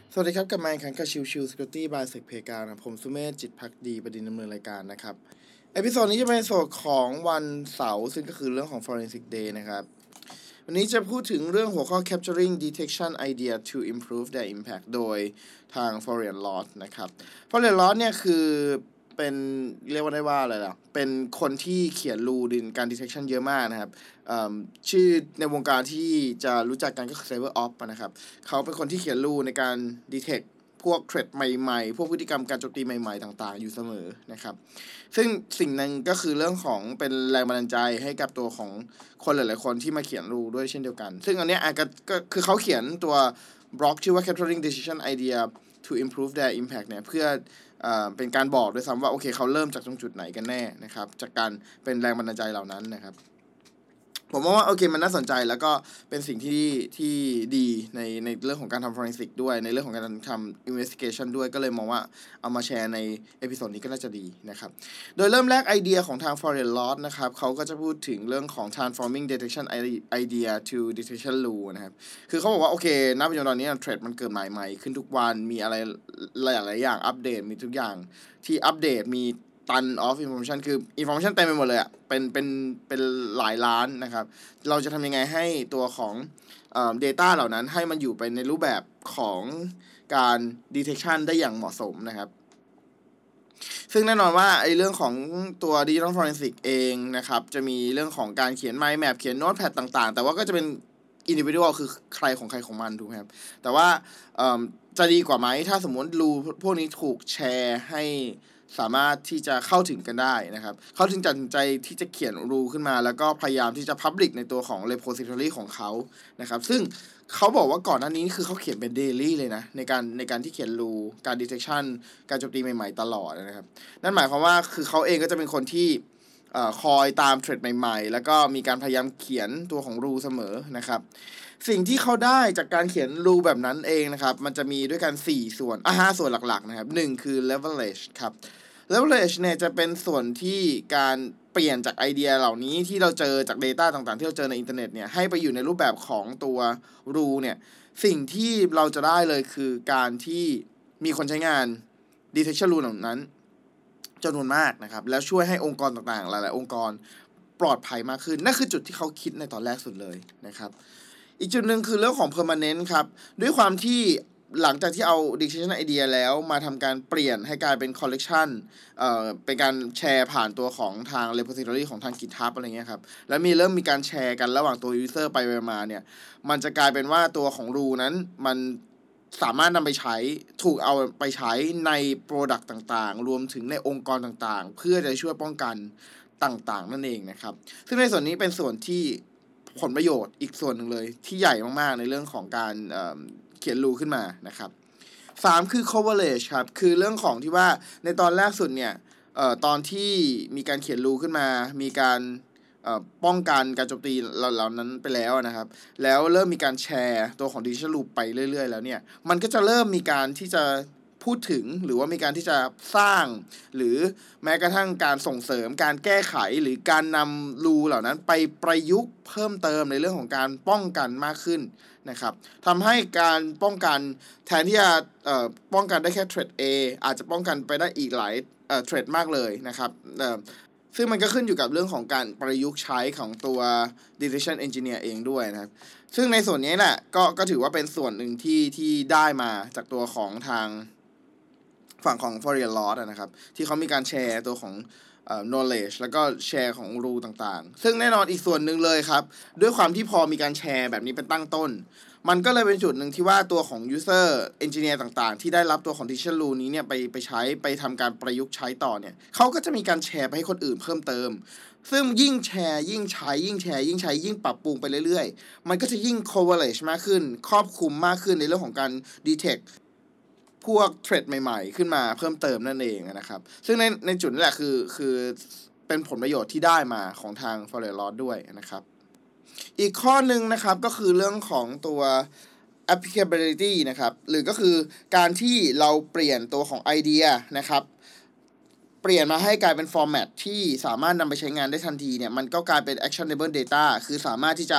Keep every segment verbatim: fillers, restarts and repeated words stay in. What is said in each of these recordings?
สวัสดีครับกับมาอีกครั้งกับชิวชิว Security by Sec p a y การนะผมสุเมธจิตภักดีประดินดำเนินรายการนะครับเอพิโซดนี้จะเป็นโซดของวันเสาร์ซึ่งก็คือเรื่องของ Forensic Day นะครับวันนี้จะพูดถึงเรื่องหัวข้อ Capturing Detection Idea to Improve their Impact โดยทาง Florian Lott นะครับ Florian Lott เนี่ยคือเป็นเรียกว่าได้ว่าอะไรล่ะเป็นคนที่เขียนรูดินการ detection เยอะมากนะครับชื่อในวงการที่จะรู้จักกันก็คือ CyberOps นะครับเขาเป็นคนที่เขียนรูในการ detect พวกเทรดใหม่ๆพวกพฤติกรรมการโจมตีใหม่ๆต่างๆอยู่เสมอนะครับซึ่งสิ่งนั้นก็คือเรื่องของเป็นแรงบันดาลใจให้กับตัวของคนหลายๆคนที่มาเขียนรูด้วยเช่นเดียวกันซึ่งอันนี้อาจจะก็คือเขาเขียนตัวบล็อกชื่อว่า Capturing Decision Idea to Improve their Impact เนี่ยเพื่อเอ่อเป็นการบอกด้วยซ้ำว่าโอเคเขาเริ่มจากตรงจุดไหนกันแน่นะครับจากการเป็นแรงบันดาลใจเหล่านั้นนะครับผมว่าโอเคมันน่าสนใจแล้วก็เป็นสิ่งที่ที่ดีในในเรื่องของการทำ forensic ด้วยในเรื่องของการทำ investigation ด้วยก็เลยมองว่าเอามาแชร์ในเอพิโซดนี้ก็น่าจะดีนะครับโดยเริ่มแรกไอเดียของทาง Florian Lott นะครับเขาก็จะพูดถึงเรื่องของ transforming detection idea to detection rule นะครับคือเขาบอกว่าโอเคณปัจจุบันตอนนี้เทรดมันเกิดใหม่ๆขึ้นทุกวันมีอะไรหลายๆอย่างอัปเดตมีทุกอย่างที่อัปเดตมีตัน of information คือ information เต็มไปหมดเลยอ่ะเป็นเป็นเป็นหลายล้านนะครับเราจะทำยังไงให้ตัวของเอ่อ data เหล่านั้นให้มันอยู่ไปในรูปแบบของการ detection ได้อย่างเหมาะสมนะครับซึ่งแน่นอนว่าไอ้เรื่องของตัว digital forensic เองนะครับจะมีเรื่องของการเขียน mind map เขียน notepad ต่างๆแต่ว่าก็จะเป็น individual คือใครของใครของมันถูกไหมครับแต่ว่าเอ่อจะดีกว่าไหมถ้าสมมติรูพวกนี้ถูกแชร์ให้สามารถที่จะเข้าถึงกันได้นะครับเขาถึงตัดสินใจที่จะเขียนรูขึ้นมาแล้วก็พยายามที่จะ public ในตัวของ repository ของเขานะครับซึ่งเขาบอกว่าก่อนหน้านี้คือเขาเขียนเป็น daily เลยนะในการในการที่เขียนรูการ detection การโจมตีใหม่ๆตลอดนะครับนั่นหมายความว่าคือเขาเองก็จะเป็นคนที่เอ่อคอยตามเทรดใหม่ๆแล้วก็มีการพยายามเขียนตัวของรูเสมอนะครับสิ่งที่เขาได้จากการเขียนรูแบบนั้นเองนะครับมันจะมีด้วยกันสี่ส่วนอ่ะห้าส่วนหลักๆนะครับหนึ่งคือ leverage ครับ leverage เนี่ยจะเป็นส่วนที่การเปลี่ยนจากไอเดียเหล่านี้ที่เราเจอจาก data ต่างๆที่เราเจอในอินเทอร์เน็ตเนี่ยให้ไปอยู่ในรูปแบบของตัวรูเนี่ยสิ่งที่เราจะได้เลยคือการที่มีคนใช้งาน detection rule เหล่านั้นจำนวนมากนะครับแล้วช่วยให้องค์กรต่างๆหลายๆองค์กรปลอดภัยมากขึ้นนั่นคือจุดที่เขาคิดในตอนแรกสุดเลยนะครับอีกจุดหนึ่งคือเรื่องของ permanent ครับด้วยความที่หลังจากที่เอา detection idea แล้วมาทำการเปลี่ยนให้กลายเป็น collection เอ่อเป็นการแชร์ผ่านตัวของทาง repository ของทาง GitHub อะไรเงี้ยครับแล้วมีเริ่มมีการแชร์กันระหว่างตัว user ไปมาเนี่ยมันจะกลายเป็นว่าตัวของ rule นั้นมันสามารถนำไปใช้ถูกเอาไปใช้ใน product ต่างๆรวมถึงในองค์กรต่างๆเพื่อจะช่วยป้องกันต่างๆนั่นเองนะครับซึ่งในส่วนนี้เป็นส่วนที่ผลประโยชน์อีกส่วนหนึ่งเลยที่ใหญ่มากๆในเรื่องของการเอ่อเขียนรูขึ้นมานะครับสามคือ coverage ครับคือเรื่องของที่ว่าในตอนแรกสุดเนี่ยเอ่อตอนที่มีการเขียนรูขึ้นมามีการเอ่อป้องกันการโจมตีเหล่านั้นไปแล้วนะครับแล้วเริ่มมีการแชร์ตัวของ digital loop ไปเรื่อยๆแล้วเนี่ยมันก็จะเริ่มมีการที่จะพูดถึงหรือว่ามีการที่จะสร้างหรือแม้กระทั่งการส่งเสริมการแก้ไขหรือการนำรูเหล่านั้นไปประยุกต์เพิ่มเติมในเรื่องของการป้องกันมากขึ้นนะครับทำให้การป้องกันแทนที่จะเอ่อป้องกันได้แค่เทรด A อาจจะป้องกันไปได้อีกหลายเอ่อเทรดมากเลยนะครับเอ่อซึ่งมันก็ขึ้นอยู่กับเรื่องของการประยุกต์ใช้ของตัว decision engineer เองด้วยนะครับซึ่งในส่วนนี้แหละก็ก็ถือว่าเป็นส่วนหนึ่งที่ที่ได้มาจากตัวของทางฝั่งของ Florian Lott นะครับที่เขามีการแชร์ตัวของเอ่อ knowledge แล้วก็แชร์ของ rule ต่างๆซึ่งแน่นอนอีกส่วนหนึ่งเลยครับด้วยความที่พอมีการแชร์แบบนี้เป็นตั้งต้นมันก็เลยเป็นจุดหนึ่งที่ว่าตัวของ user engineer ต่างๆที่ได้รับตัวของ decision rule นี้เนี่ยไปไปใช้ไปทำการประยุกต์ใช้ต่อเนี่ยเขาก็จะมีการแชร์ไปให้คนอื่นเพิ่มเติมซึ่งยิ่งแชร์ยิ่งใช้ยิ่งแชร์ยิ่งใช้ยิ่งปรับปรุงไปเรื่อยๆมันก็จะยิ่ง coverage มากขึ้นครอบคลุมมากขึ้นในเรื่องของการ detectพวกเทรดใหม่ๆขึ้นมาเพิ่มเติมนั่นเองนะครับซึ่งในในจุดนี้แหละคือคือเป็นผลประโยชน์ที่ได้มาของทาง Florian Lott ด้วยนะครับอีกข้อหนึ่งนะครับก็คือเรื่องของตัว applicability นะครับหรือก็คือการที่เราเปลี่ยนตัวของไอเดียนะครับเปลี่ยนมาให้กลายเป็น format ที่สามารถนำไปใช้งานได้ทันทีเนี่ยมันก็กลายเป็น actionable data คือสามารถที่จะ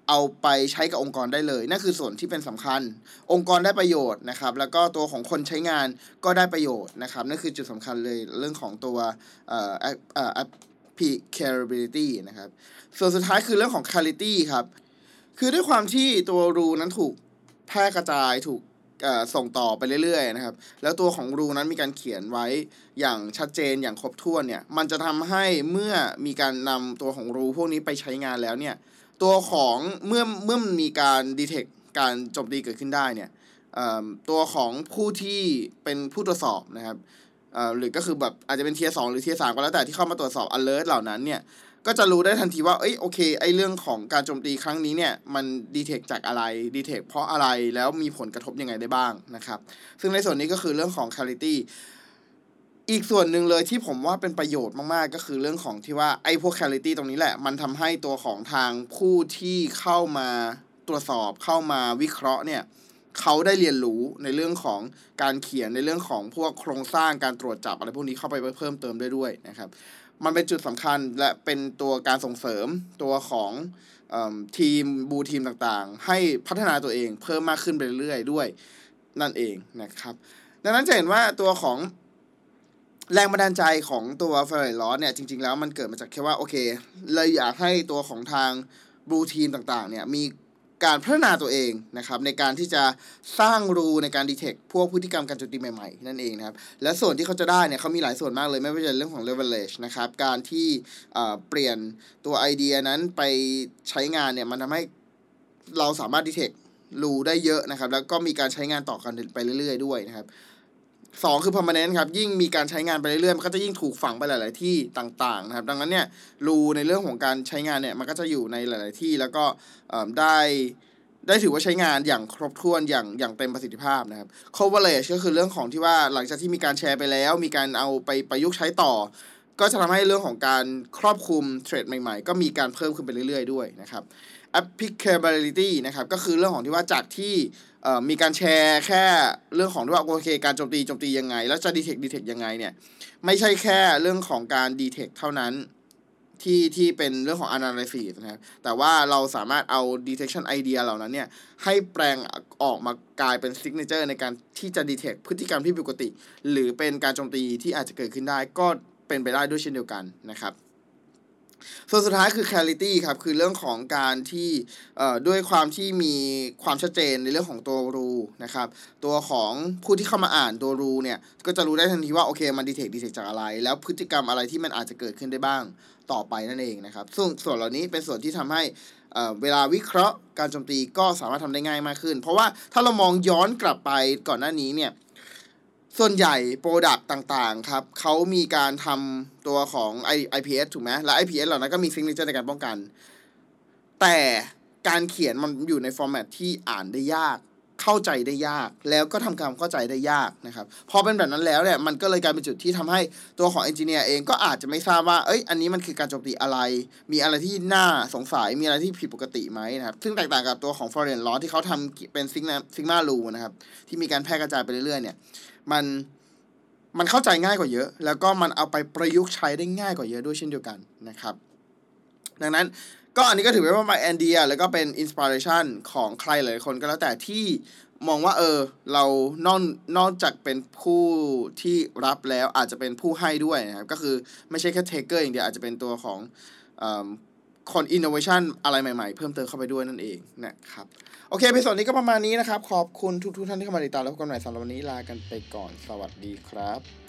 เอาไปใช้กับองค์กรได้เลยนั่นคือส่วนที่เป็นสำคัญองค์กรได้ประโยชน์นะครับแล้วก็ตัวของคนใช้งานก็ได้ประโยชน์นะครับนั่นคือจุดสำคัญเลยเรื่องของตัวเอ่อเอ่อ applicability นะครับส่วนสุดท้ายคือเรื่องของ clarity ครับคือด้วยความที่ตัว rule นั้นถูกแพร่กระจายถูกส่งต่อไปเรื่อยๆนะครับแล้วตัวของ rule นั้นมีการเขียนไว้อย่างชัดเจนอย่างครบถ้วนเนี่ยมันจะทำให้เมื่อมีการนำตัวของ rule พวกนี้ไปใช้งานแล้วเนี่ยตัวของเมื่อเมื่อมีการ detect การโจมตีเกิดขึ้นได้เนี่ยตัวของผู้ที่เป็นผู้ตรวจสอบนะครับหรือก็คือแบบอาจจะเป็น tier สองหรือ tier สามก็แล้วแต่ที่เข้ามาตรวจสอบ alert เหล่านั้นเนี่ยก็จะรู้ได้ทันทีว่าเอ้ยโอเคไอ้เรื่องของการโจมตีครั้งนี้เนี่ยมัน detect จากอะไร detect เพราะอะไรแล้วมีผลกระทบยังไงได้บ้างนะครับซึ่งในส่วนนี้ก็คือเรื่องของ clarity อีกส่วนหนึ่งเลยที่ผมว่าเป็นประโยชน์มากๆก็คือเรื่องของที่ว่าไอ้พวก clarity ตรงนี้แหละมันทำให้ตัวของทางผู้ที่เข้ามาตรวจสอบเข้ามาวิเคราะห์เนี่ยเขาได้เรียนรู้ในเรื่องของการเขียนในเรื่องของพวกโครงสร้างการตรวจจับอะไรพวกนี้เข้าไปเพิ่มเติมได้ด้วยนะครับมันเป็นจุดสำคัญและเป็นตัวการส่งเสริมตัวของทีมบูทีมต่างๆให้พัฒนาตัวเองเพิ่มมากขึ้นไปเรื่อยๆด้วยนั่นเองนะครับดังนั้นจะเห็นว่าตัวของแรงบันดาลใจของตัว Ferrari Loss เนี่ยจริงๆแล้วมันเกิดมาจากแค่ว่าโอเคเลยอยากให้ตัวของทางบูทีมต่างๆเนี่ยมีการพัฒนาตัวเองนะครับในการที่จะสร้างรูในการ detect พวกพฤติกรรมการโจมตีใหม่ๆนั่นเองนะครับและส่วนที่เขาจะได้เนี่ยเขามีหลายส่วนมากเลยไม่ว่าจะเป็นเรื่องของ leverage นะครับการที่เปลี่ยนตัวไอเดียนั้นไปใช้งานเนี่ยมันทำให้เราสามารถ detect รูได้เยอะนะครับแล้วก็มีการใช้งานต่อกันไปเรื่อยๆด้วยนะครับสองคือ permanent ครับยิ่งมีการใช้งานไปเรื่อยๆมันก็จะยิ่งถูกฝังไปหลายๆที่ต่างๆนะครับดังนั้นเนี่ยรูในเรื่องของการใช้งานเนี่ยมันก็จะอยู่ในหลายๆที่แล้วก็ได้ได้ถือว่าใช้งานอย่างครบถ้วนอย่างอย่างเต็มประสิทธิภาพนะครับ coverage ก็คือเรื่องของที่ว่าหลังจากที่มีการแชร์ไปแล้วมีการเอาไปประยุกต์ใช้ต่อก็จะทำให้เรื่องของการครอบคลุมเทรดใหม่ๆก็มีการเพิ่มขึ้นไปเรื่อยๆด้วยนะครับ applicability นะครับก็คือเรื่องของที่ว่าจากที่มีการแชร์แค่เรื่องของที่ว่าโอเคการโจมตีโจมตียังไงแล้วจะ detect detect ยังไงเนี่ยไม่ใช่แค่เรื่องของการ detect เท่านั้นที่ที่เป็นเรื่องของ analysis นะครับแต่ว่าเราสามารถเอา detection idea เหล่านั้นเนี่ยให้แปลงออกมากลายเป็น signature ในการที่จะ detect พฤติกรรมที่ผิดปกติหรือเป็นการโจมตีที่อาจจะเกิดขึ้นได้ก็เป็นไปได้ด้วยเช่นเดียวกันนะครับส่วนสุดท้ายคือ clarity ครับคือเรื่องของการที่ด้วยความที่มีความชัดเจนในเรื่องของตัว rule นะครับตัวของผู้ที่เข้ามาอ่านตัว rule เนี่ยก็จะรู้ได้ทันทีว่าโอเคมัน detect detect จากอะไรแล้วพฤติกรรมอะไรที่มันอาจจะเกิดขึ้นได้บ้างต่อไปนั่นเองนะครับซึ่งส่วนเหล่านี้เป็นส่วนที่ทำให้เวลาวิเคราะห์การโจมตีก็สามารถทำได้ง่ายมากขึ้นเพราะว่าถ้าเรามองย้อนกลับไปก่อนหน้านี้เนี่ยส่วนใหญ่โปรดักต์ต่างๆครับเขามีการทำตัวของ ไอ พี เอส ถูกไหมและ ไอ พี เอส เหล่านั้นก็มี signature ในการป้องกันแต่การเขียนมันอยู่ในฟอร์แมตที่อ่านได้ยากเข้าใจได้ยากแล้วก็ทำความเข้าใจได้ยากนะครับพอเป็นแบบนั้นแล้วเนี่ยมันก็เลยกลายเป็นจุดที่ทำให้ตัวของเอนจิเนียร์เองก็อาจจะไม่ทราบว่าเอ้ยอันนี้มันคือการโจมตีอะไรมีอะไรที่น่าสงสัยมีอะไรที่ผิดปกติไหมนะครับซึ่งแตกต่างกับตัวของ Foreign Law ที่เขาทำเป็น Sigma Sigma Rule นะครับที่มีการแพร่กระจายไปเรื่อยๆเนี่ยมันมันเข้าใจง่ายกว่าเยอะแล้วก็มันเอาไปประยุกต์ใช้ได้ง่ายกว่าเยอะด้วยเช่นเดียวกันนะครับดังนั้นก็อันนี้ก็ถือว่าเป็นไอเดียแล้วก็เป็นอินสปิเรชันของใครหลายคนก็แล้วแต่ที่มองว่าเออเรานอกนอกจากเป็นผู้ที่รับแล้วอาจจะเป็นผู้ให้ด้วยนะครับก็คือไม่ใช่แค่เทคเกอร์อย่างเดียวอาจจะเป็นตัวของคนอินโนเวชันอะไรใหม่ๆเพิ่มเติมเข้าไปด้วยนั่นเองนะครับโอเคในส่วนนี้ก็ประมาณนี้นะครับขอบคุณทุกๆท่านที่เข้ามาติดตามแล้วพบกันใหม่สำหรับวันนี้ลากันไปก่อนสวัสดีครับ